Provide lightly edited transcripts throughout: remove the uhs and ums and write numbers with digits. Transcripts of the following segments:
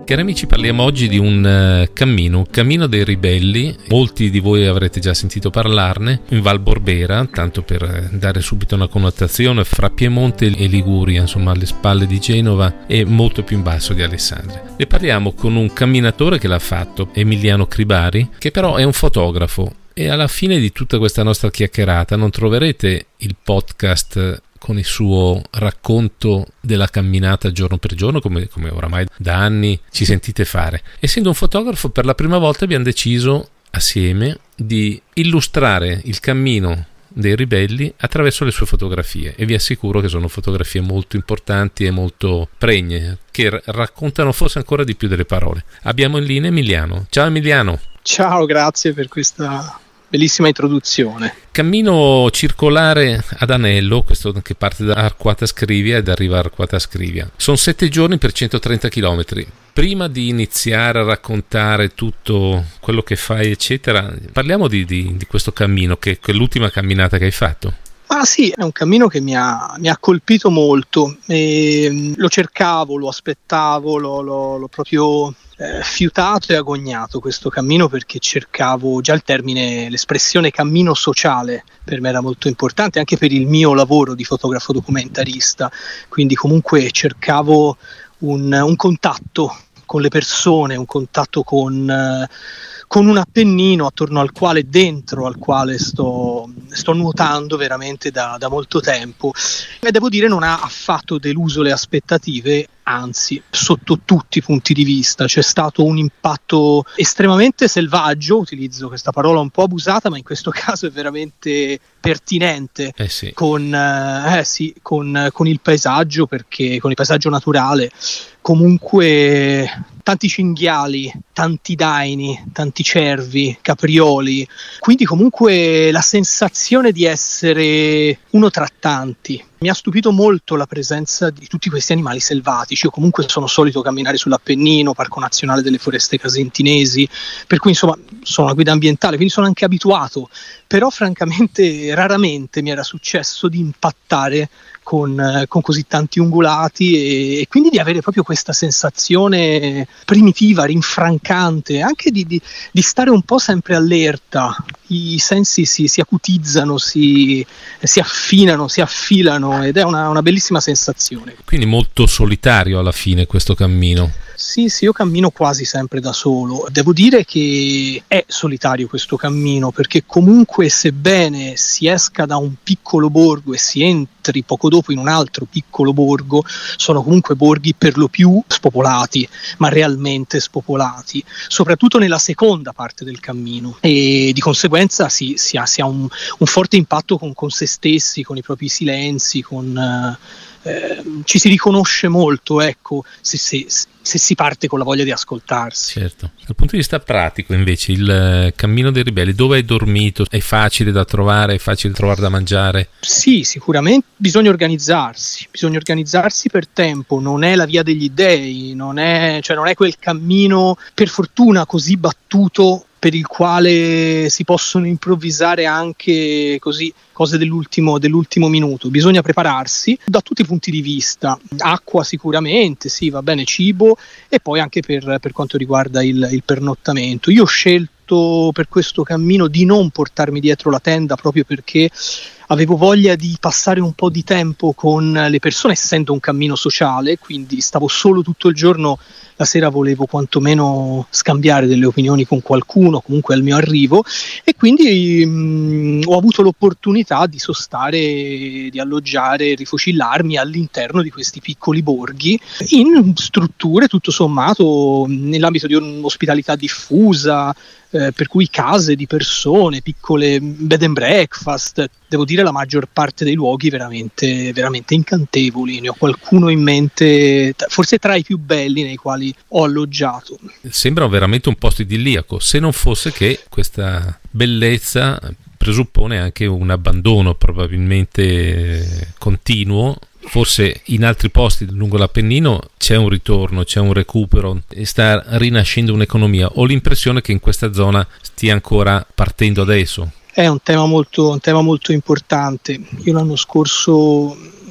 Cari amici, parliamo oggi di un cammino dei ribelli. Molti di voi avrete già sentito parlarne, in Val Borbera, tanto per dare subito una connotazione, fra Piemonte e Liguria, insomma alle spalle di Genova e molto più in basso di Alessandria. Ne parliamo con un camminatore che l'ha fatto, Emiliano Cribari, che però è un fotografo, e alla fine di tutta questa nostra chiacchierata non troverete il podcast con il suo racconto della camminata giorno per giorno, come oramai da anni ci sentite fare. Essendo un fotografo, per la prima volta abbiamo deciso assieme di illustrare il cammino dei ribelli attraverso le sue fotografie, e vi assicuro che sono fotografie molto importanti e molto pregne, che raccontano forse ancora di più delle parole. Abbiamo in linea Emiliano. Ciao Emiliano. Ciao, grazie per questa bellissima introduzione. Cammino circolare ad anello, questo che parte da Arquata Scrivia ed arriva a Arquata Scrivia. Sono 7 giorni per 130 chilometri. Prima di iniziare a raccontare tutto quello che fai, eccetera, parliamo di questo cammino, che è l'ultima camminata che hai fatto. Ah sì, è un cammino che mi ha colpito molto. Lo cercavo, lo aspettavo, l'ho proprio fiutato e agognato questo cammino, perché cercavo già il termine, l'espressione cammino sociale per me era molto importante, anche per il mio lavoro di fotografo documentarista, quindi comunque cercavo un contatto con le persone, un contatto con un Appennino attorno al quale, dentro al quale sto nuotando veramente da molto tempo, e devo dire non ha affatto deluso le aspettative, anzi sotto tutti i punti di vista. C'è stato un impatto estremamente selvaggio, utilizzo questa parola un po' abusata, ma in questo caso è veramente pertinente, sì. con il paesaggio, perché con il paesaggio naturale, comunque tanti cinghiali, tanti daini, tanti cervi, caprioli, quindi comunque la sensazione di essere uno tra tanti. Mi ha stupito molto la presenza di tutti questi animali selvatici. Io comunque sono solito camminare sull'Appennino, Parco Nazionale delle Foreste Casentinesi, per cui insomma sono una guida ambientale, quindi sono anche abituato, però francamente raramente mi era successo di impattare con così tanti ungulati, e quindi di avere proprio questa sensazione primitiva, rinfrancante, anche di stare un po' sempre allerta. I sensi si acutizzano, si affinano, si affilano, ed è una bellissima sensazione. Quindi molto solitario alla fine questo cammino. Sì, io cammino quasi sempre da solo. Devo dire che è solitario questo cammino, perché comunque, sebbene si esca da un piccolo borgo e si entri poco dopo in un altro piccolo borgo, sono comunque borghi per lo più spopolati, ma realmente spopolati, soprattutto nella seconda parte del cammino, e di conseguenza si ha un forte impatto con se stessi, con i propri silenzi, ci si riconosce molto, ecco, se si parte con la voglia di ascoltarsi. Certo. Dal punto di vista pratico, invece, il cammino dei ribelli, dove hai dormito? È facile da trovare? È facile trovare da mangiare? Sì, sicuramente bisogna organizzarsi per tempo. Non è la via degli dèi, non è quel cammino per fortuna così battuto, per il quale si possono improvvisare anche così cose dell'ultimo minuto. Bisogna prepararsi da tutti i punti di vista. Acqua sicuramente, sì, va bene, cibo, e poi anche per quanto riguarda il pernottamento. Io ho scelto per questo cammino di non portarmi dietro la tenda, proprio perché avevo voglia di passare un po' di tempo con le persone, essendo un cammino sociale, quindi stavo solo tutto il giorno. La sera volevo quantomeno scambiare delle opinioni con qualcuno, comunque al mio arrivo, e quindi ho avuto l'opportunità di sostare, di alloggiare, rifocillarmi all'interno di questi piccoli borghi, in strutture tutto sommato nell'ambito di un'ospitalità diffusa, per cui case di persone, piccole bed and breakfast. Devo dire, la maggior parte dei luoghi veramente, veramente incantevoli. Ne ho qualcuno in mente, forse tra i più belli nei quali ho alloggiato. Sembra veramente un posto idilliaco, se non fosse che questa bellezza presuppone anche un abbandono probabilmente continuo. Forse in altri posti lungo l'Appennino c'è un ritorno, c'è un recupero e sta rinascendo un'economia. Ho l'impressione che in questa zona stia ancora partendo adesso. È un tema molto importante. Io l'anno scorso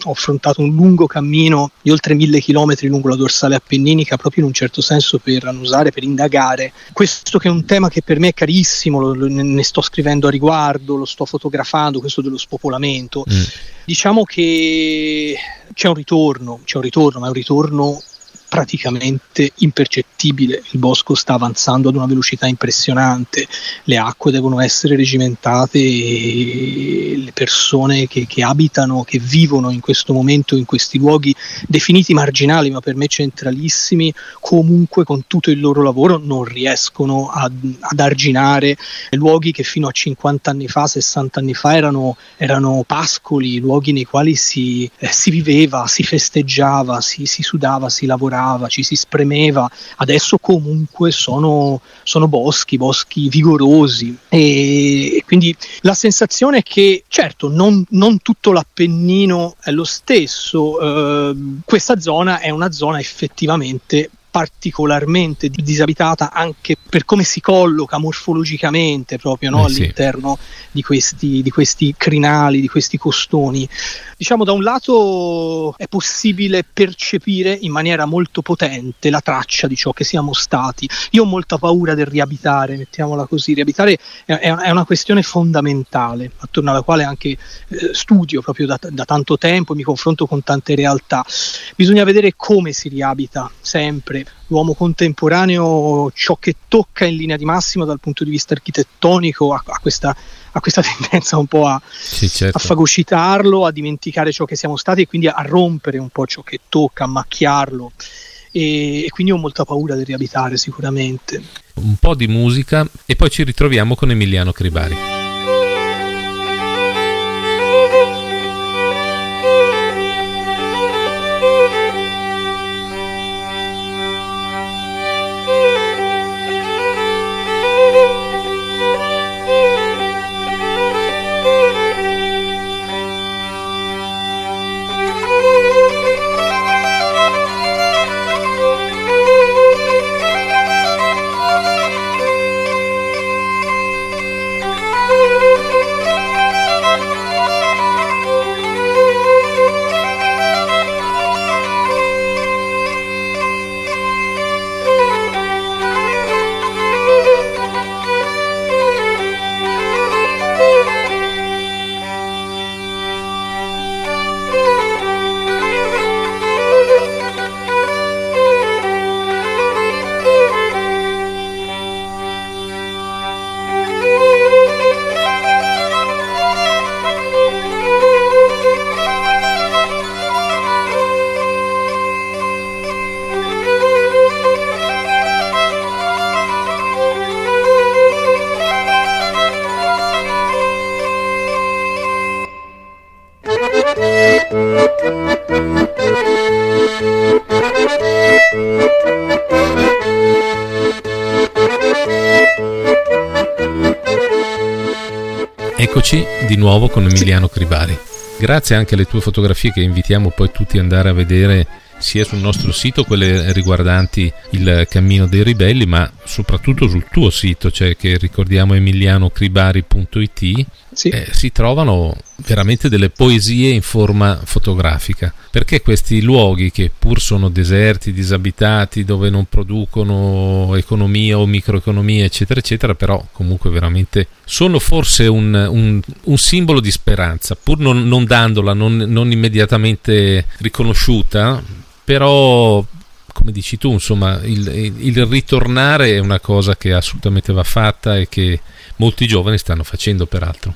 ho affrontato un lungo cammino di oltre 1000 chilometri lungo la dorsale appenninica, proprio in un certo senso per annusare, per indagare questo che è un tema che per me è carissimo, ne sto scrivendo a riguardo, lo sto fotografando, questo dello spopolamento. Diciamo che c'è un ritorno, ma è un ritorno praticamente impercettibile. Il bosco sta avanzando ad una velocità impressionante, le acque devono essere regimentate e le persone che abitano, che vivono in questo momento in questi luoghi definiti marginali ma per me centralissimi, comunque con tutto il loro lavoro non riescono ad arginare luoghi che fino a 50 anni fa, 60 anni fa erano pascoli, luoghi nei quali si viveva, si festeggiava, si sudava, si lavorava, ci si spremeva. Adesso comunque sono boschi vigorosi e quindi la sensazione è che certo non tutto l'Appennino è lo stesso, questa zona è una zona effettivamente particolarmente disabitata anche per come si colloca morfologicamente proprio, no? All'interno di questi crinali, di questi costoni. Diciamo, da un lato è possibile percepire in maniera molto potente la traccia di ciò che siamo stati. Io ho molta paura del riabitare, mettiamola così. Riabitare è una questione fondamentale, attorno alla quale anche studio proprio da tanto tempo, mi confronto con tante realtà. Bisogna vedere come si riabita sempre. L'uomo contemporaneo, ciò che tocca in linea di massima dal punto di vista architettonico, ha questa tendenza un po' a fagocitarlo, a dimenticare ciò che siamo stati e quindi a rompere un po' ciò che tocca, a macchiarlo. E quindi ho molta paura del riabitare, sicuramente. Un po' di musica e poi ci ritroviamo con Emiliano Cribari. Eccoci di nuovo con Emiliano Cribari. Grazie anche alle tue fotografie che invitiamo poi tutti ad andare a vedere sia sul nostro sito, quelle riguardanti il Cammino dei Ribelli, ma soprattutto sul tuo sito, cioè che ricordiamo emilianocribari.it. Si trovano veramente delle poesie in forma fotografica, perché questi luoghi che pur sono deserti, disabitati, dove non producono economia o microeconomia eccetera eccetera, però comunque veramente sono forse un simbolo di speranza, pur non dandola, non immediatamente riconosciuta, però come dici tu, insomma, il ritornare è una cosa che assolutamente va fatta e che molti giovani stanno facendo, peraltro.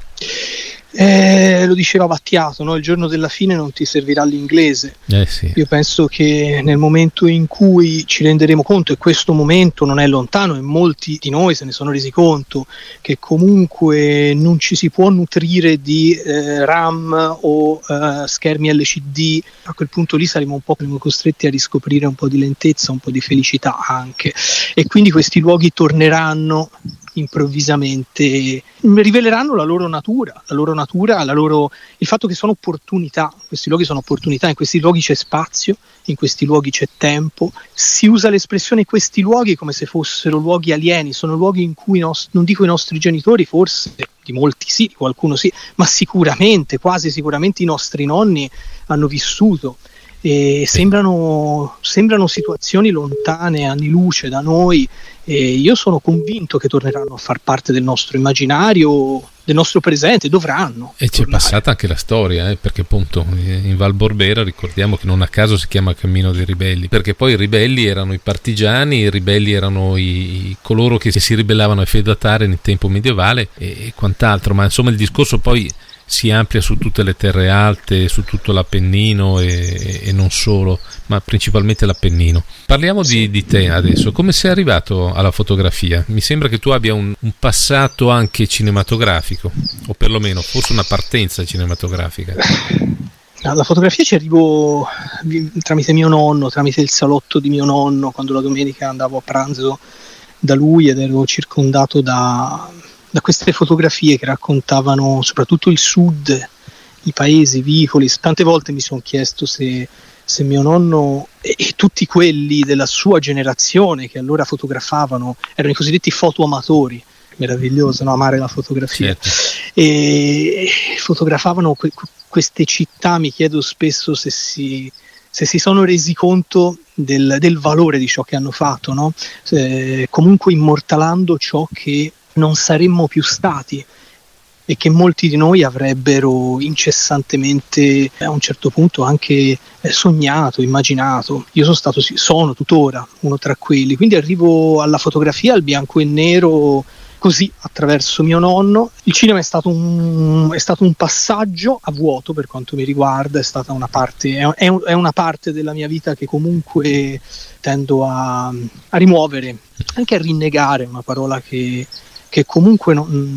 Lo diceva Battiato, no? Il giorno della fine non ti servirà l'inglese. Sì. Io penso che nel momento in cui ci renderemo conto, e questo momento non è lontano e molti di noi se ne sono resi conto, che comunque non ci si può nutrire di RAM o schermi LCD, a quel punto lì saremo un po' costretti a riscoprire un po' di lentezza, un po' di felicità anche, e quindi questi luoghi torneranno improvvisamente riveleranno la loro natura, il fatto che sono opportunità. Questi luoghi sono opportunità, in questi luoghi c'è spazio, in questi luoghi c'è tempo. Si usa l'espressione questi luoghi come se fossero luoghi alieni, sono luoghi in cui non dico i nostri genitori, forse di molti sì, di qualcuno sì, ma sicuramente, quasi sicuramente i nostri nonni hanno vissuto. E sembrano situazioni lontane anni luce da noi, e io sono convinto che torneranno a far parte del nostro immaginario, del nostro presente, dovranno. E c'è passata anche la storia, perché appunto in Val Borbera ricordiamo che non a caso si chiama Cammino dei Ribelli, perché poi i ribelli erano i partigiani, i ribelli erano coloro che si ribellavano ai feudatari nel tempo medievale e quant'altro, ma insomma il discorso poi si amplia su tutte le terre alte, su tutto l'Appennino e non solo, ma principalmente l'Appennino. Parliamo di te adesso, come sei arrivato alla fotografia? Mi sembra che tu abbia un passato anche cinematografico, o perlomeno forse una partenza cinematografica. Alla fotografia ci arrivo tramite mio nonno, tramite il salotto di mio nonno, quando la domenica andavo a pranzo da lui ed ero circondato da queste fotografie che raccontavano soprattutto il sud, i paesi, i vicoli. Tante volte mi sono chiesto se mio nonno e tutti quelli della sua generazione che allora fotografavano erano i cosiddetti fotoamatori. Meraviglioso, no? Amare la fotografia. Certo. E fotografavano queste città. Mi chiedo spesso se si sono resi conto del valore di ciò che hanno fatto, no? Comunque immortalando ciò che non saremmo più stati e che molti di noi avrebbero incessantemente a un certo punto anche sognato, immaginato. Io sono tuttora uno tra quelli, quindi arrivo alla fotografia al bianco e nero così, attraverso mio nonno. Il cinema è stato un passaggio a vuoto per quanto mi riguarda, è stata una parte, è una parte della mia vita che comunque tendo a rimuovere, anche a rinnegare, una parola che comunque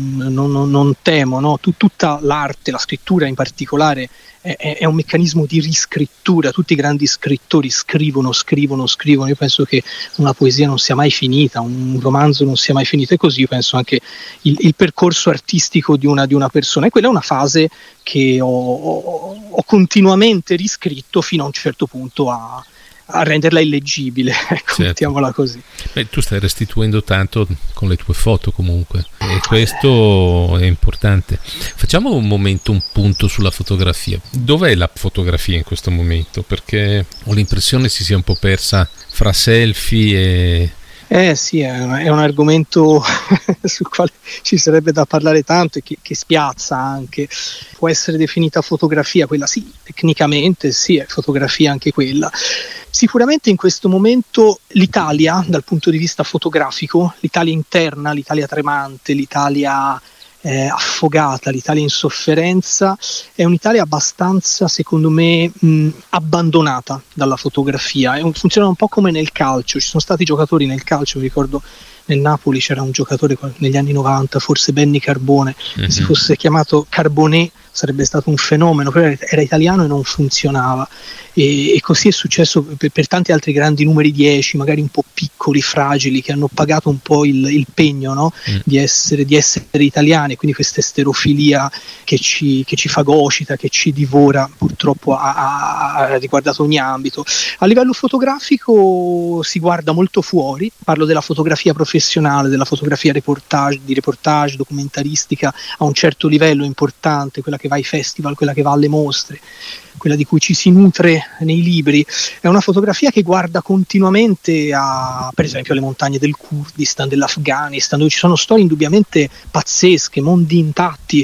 non temo, no? Tutta l'arte, la scrittura in particolare, è un meccanismo di riscrittura. Tutti i grandi scrittori scrivono. Io penso che una poesia non sia mai finita, un romanzo non sia mai finito, e così io penso anche il percorso artistico di una persona. E quella è una fase che ho continuamente riscritto fino a un certo punto a renderla illeggibile, ecco, mettiamola così. Beh, tu stai restituendo tanto con le tue foto comunque, e questo è importante. Facciamo un punto sulla fotografia. Dov'è la fotografia in questo momento? Perché ho l'impressione si sia un po' persa fra selfie e... Sì, è un argomento sul quale ci sarebbe da parlare tanto e che spiazza anche. Può essere definita fotografia quella? Sì, tecnicamente sì, è fotografia anche quella. Sicuramente in questo momento l'Italia, dal punto di vista fotografico, l'Italia interna, l'Italia tremante, l'Italia affogata, l'Italia in sofferenza, è un'Italia abbastanza, secondo me, abbandonata dalla fotografia. Funziona un po' come nel calcio. Ci sono stati giocatori nel calcio, mi ricordo nel Napoli c'era un giocatore negli anni 90, forse Benny Carbone, che si fosse chiamato Carbonè sarebbe stato un fenomeno, però era italiano e non funzionava, e così è successo per tanti altri grandi numeri 10, magari un po' piccoli, fragili, che hanno pagato un po' il pegno, no? di essere italiani, quindi questa esterofilia che ci fagocita, che ci divora, purtroppo ha riguardato ogni ambito. A livello fotografico si guarda molto fuori, parlo della fotografia professionale, della fotografia di reportage, documentaristica a un certo livello importante, quella che va ai festival, quella che va alle mostre, quella di cui ci si nutre nei libri. È una fotografia che guarda continuamente per esempio alle montagne del Kurdistan, dell'Afghanistan, dove ci sono storie indubbiamente pazzesche, mondi intatti.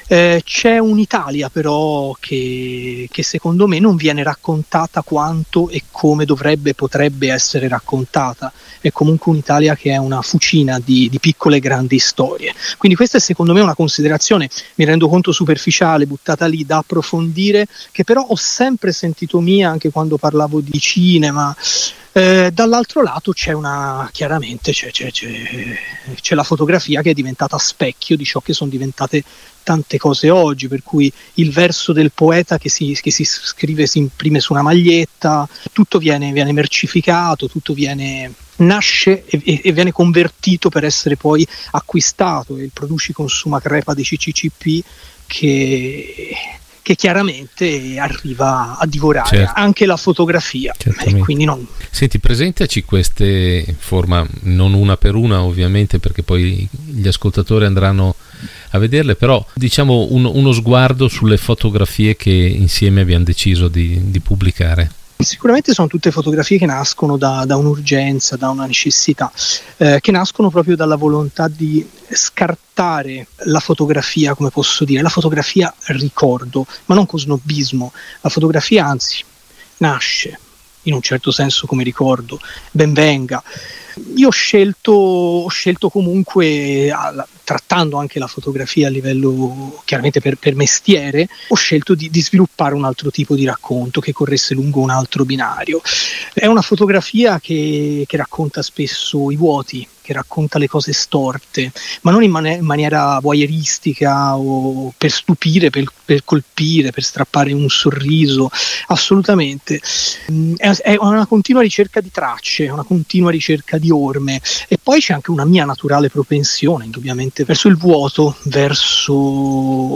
C'è un'Italia però che secondo me non viene raccontata quanto e come potrebbe essere raccontata. È comunque un'Italia che è una fucina di piccole e grandi storie. Quindi questa è secondo me una considerazione, mi rendo conto superficiale, buttata lì, da approfondire, che però però ho sempre sentito mia anche quando parlavo di cinema. Dall'altro lato c'è la fotografia che è diventata specchio di ciò che sono diventate tante cose oggi, per cui il verso del poeta che si scrive, si imprime su una maglietta, tutto viene mercificato, tutto nasce e viene convertito per essere poi acquistato, e il produci consuma crepa di CCCP che chiaramente arriva a divorare anche la fotografia. Quindi Senti, presentaci queste in forma, non una per una ovviamente, perché poi gli ascoltatori andranno a vederle, però diciamo uno sguardo sulle fotografie che insieme abbiamo deciso di pubblicare. Sicuramente sono tutte fotografie che nascono da un'urgenza, da una necessità, che nascono proprio dalla volontà di scartare la fotografia, come posso dire, la fotografia ricordo, ma non con snobismo. La fotografia anzi nasce in un certo senso come ricordo, ben venga. Io ho scelto comunque, trattando anche la fotografia a livello chiaramente per mestiere, ho scelto di sviluppare un altro tipo di racconto che corresse lungo un altro binario. È una fotografia che racconta spesso i vuoti, che racconta le cose storte, ma non in maniera voyeuristica o per stupire, per colpire, per strappare un sorriso, assolutamente. È una continua ricerca di tracce, una continua ricerca di orme, e poi c'è anche una mia naturale propensione, indubbiamente, verso il vuoto, verso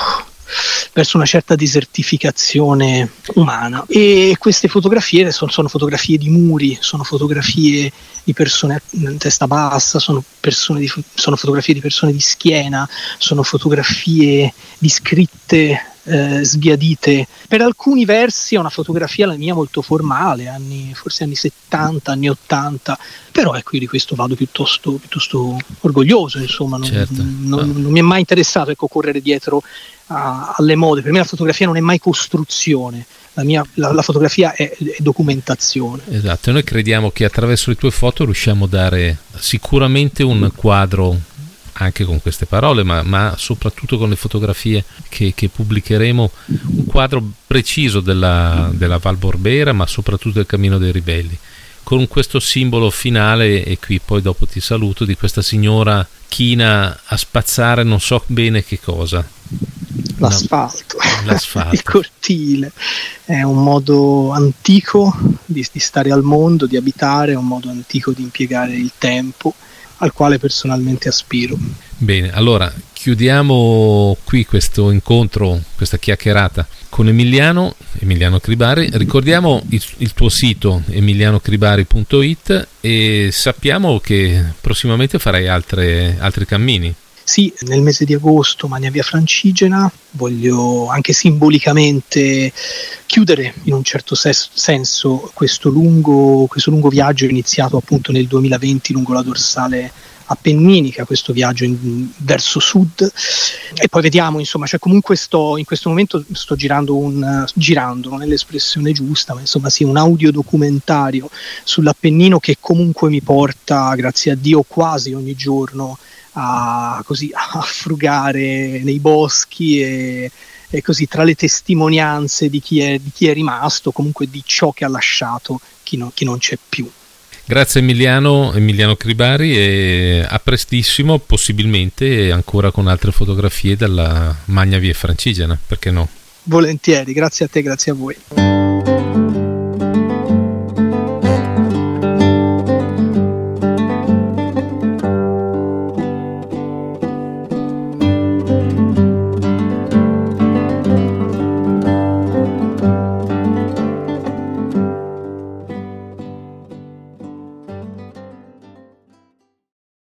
una certa desertificazione umana. E queste fotografie sono fotografie di muri, sono fotografie di persone in testa bassa, sono fotografie di persone di schiena, sono fotografie di scritte sbiadite. Per alcuni versi è una fotografia, la mia, molto formale, forse anni 70, anni 80, però ecco, io di questo vado piuttosto orgoglioso, insomma. Non mi è mai interessato, ecco, correre dietro alle mode. Per me la fotografia non è mai costruzione, la fotografia è documentazione. Esatto, e noi crediamo che attraverso le tue foto riusciamo a dare sicuramente un quadro, anche con queste parole, ma soprattutto con le fotografie che pubblicheremo, un quadro preciso della Val Borbera, ma soprattutto del Cammino dei Ribelli, con questo simbolo finale, e qui poi dopo ti saluto, di questa signora china a spazzare non so bene che cosa. L'asfalto. Il cortile è un modo antico di stare al mondo, di abitare, è un modo antico di impiegare il tempo, al quale personalmente aspiro. Bene, allora chiudiamo qui questo incontro, questa chiacchierata con Emiliano Cribari. Ricordiamo il tuo sito emilianocribari.it, e sappiamo che prossimamente farai altri cammini. Sì, nel mese di agosto, Magna Via Francigena, voglio anche simbolicamente chiudere in un certo senso questo lungo viaggio iniziato appunto nel 2020 lungo la dorsale appenninica, questo viaggio verso sud, e poi vediamo, insomma, cioè comunque in questo momento sto girando, non è l'espressione giusta, ma insomma sì, un audiodocumentario sull'Appennino che comunque mi porta, grazie a Dio, quasi ogni giorno a frugare nei boschi e così, tra le testimonianze di chi è rimasto, comunque di ciò che ha lasciato chi non c'è più. Grazie Emiliano Cribari, e a prestissimo, possibilmente ancora con altre fotografie dalla Magna Via Francigena, perché no? Volentieri, grazie a te, grazie a voi.